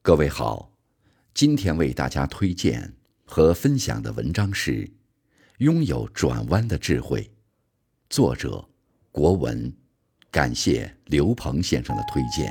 各位好，今天为大家推荐和分享的文章是《拥有转弯的智慧》，作者国文，感谢刘鹏先生的推荐。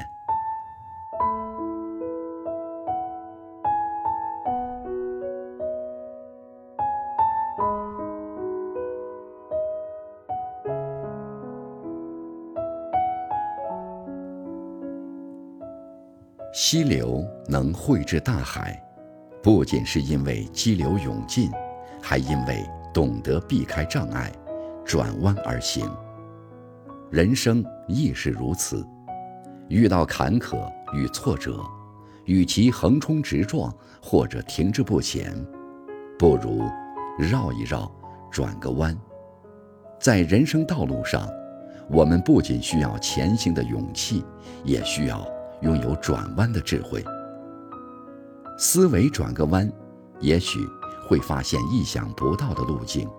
溪流能汇至大海，不仅是因为激流勇进，还因为懂得避开障碍，转弯而行。人生亦是如此，遇到坎坷与挫折，与其横冲直撞或者停滞不前，不如绕一绕，转个弯。在人生道路上，我们不仅需要前行的勇气，也需要拥有转弯的智慧。思维转个弯，也许会发现意想不到的路径。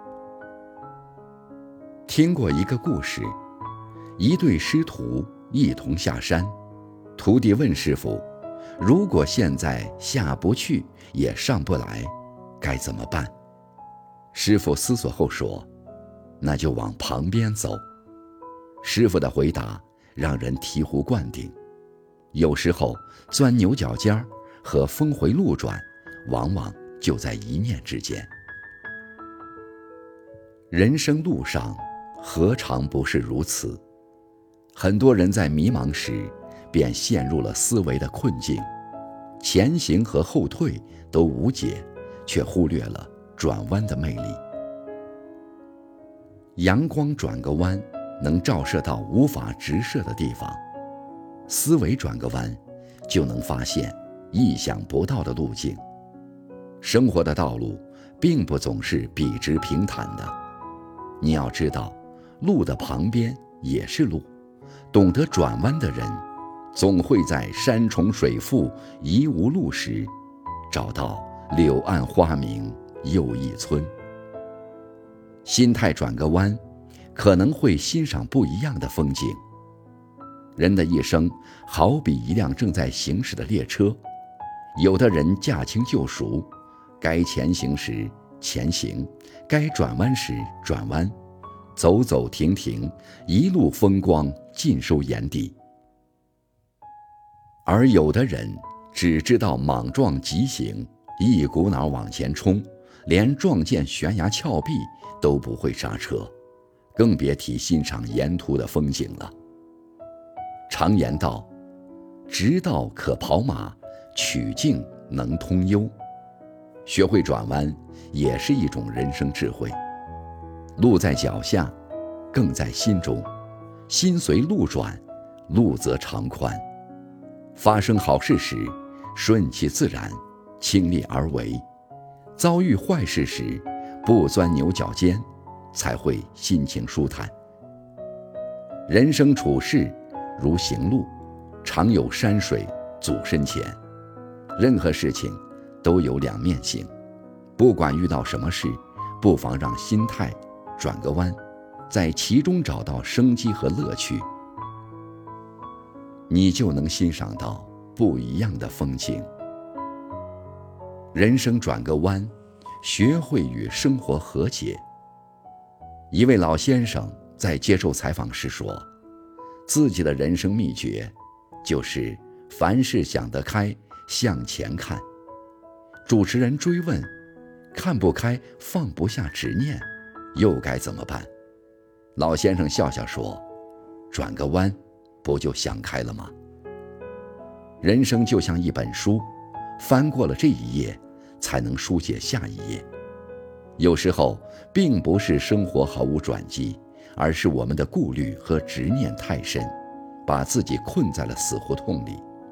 听过一个故事，一对师徒一同下山，徒弟问师傅，如果现在下不去也上不来，该怎么办？师傅思索后说，那就往旁边走。师傅的回答让人醍醐灌顶。有时候钻牛角尖儿和峰回路转，往往就在一念之间。人生路上何尝不是如此？很多人在迷茫时便陷入了思维的困境，前行和后退都无解，却忽略了转弯的魅力。阳光转个弯，能照射到无法直射的地方。思维转个弯，就能发现意想不到的路径。生活的道路并不总是笔直平坦的，你要知道，路的旁边也是路。懂得转弯的人，总会在山重水复疑无路时，找到柳暗花明又一村。心态转个弯，可能会欣赏不一样的风景。人的一生好比一辆正在行驶的列车，有的人驾轻就熟，该前行时前行，该转弯时转弯，走走停停，一路风光尽收眼底。而有的人只知道莽撞急行，一股脑往前冲，连撞见悬崖峭壁都不会刹车，更别提欣赏沿途的风景了。常言道，直道可跑马，曲径能通幽。学会转弯也是一种人生智慧。路在脚下，更在心中，心随路转，路则长宽。发生好事时，顺其自然，倾力而为；遭遇坏事时，不钻牛角尖，才会心情舒坦。人生处事如行路，常有山水阻身前。任何事情都有两面性，不管遇到什么事，不妨让心态转个弯，在其中找到生机和乐趣，你就能欣赏到不一样的风景。人生转个弯，学会与生活和解。一位老先生在接受采访时说，自己的人生秘诀就是凡事想得开，向前看。主持人追问，看不开，放不下执念，又该怎么办？老先生笑笑说，转个弯，不就想开了吗？人生就像一本书，翻过了这一页，才能书写下一页。有时候并不是生活毫无转机，而是我们的顾虑和执念太深，把自己困在了死胡同里。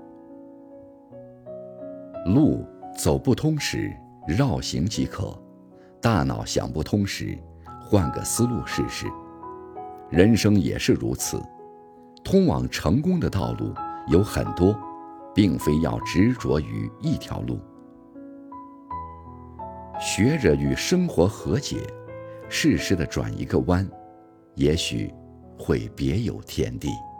路走不通时，绕行即可；大脑想不通时，换个思路试试。人生也是如此，通往成功的道路有很多，并非要执着于一条路。学着与生活和解，适时地转一个弯，也许会别有天地。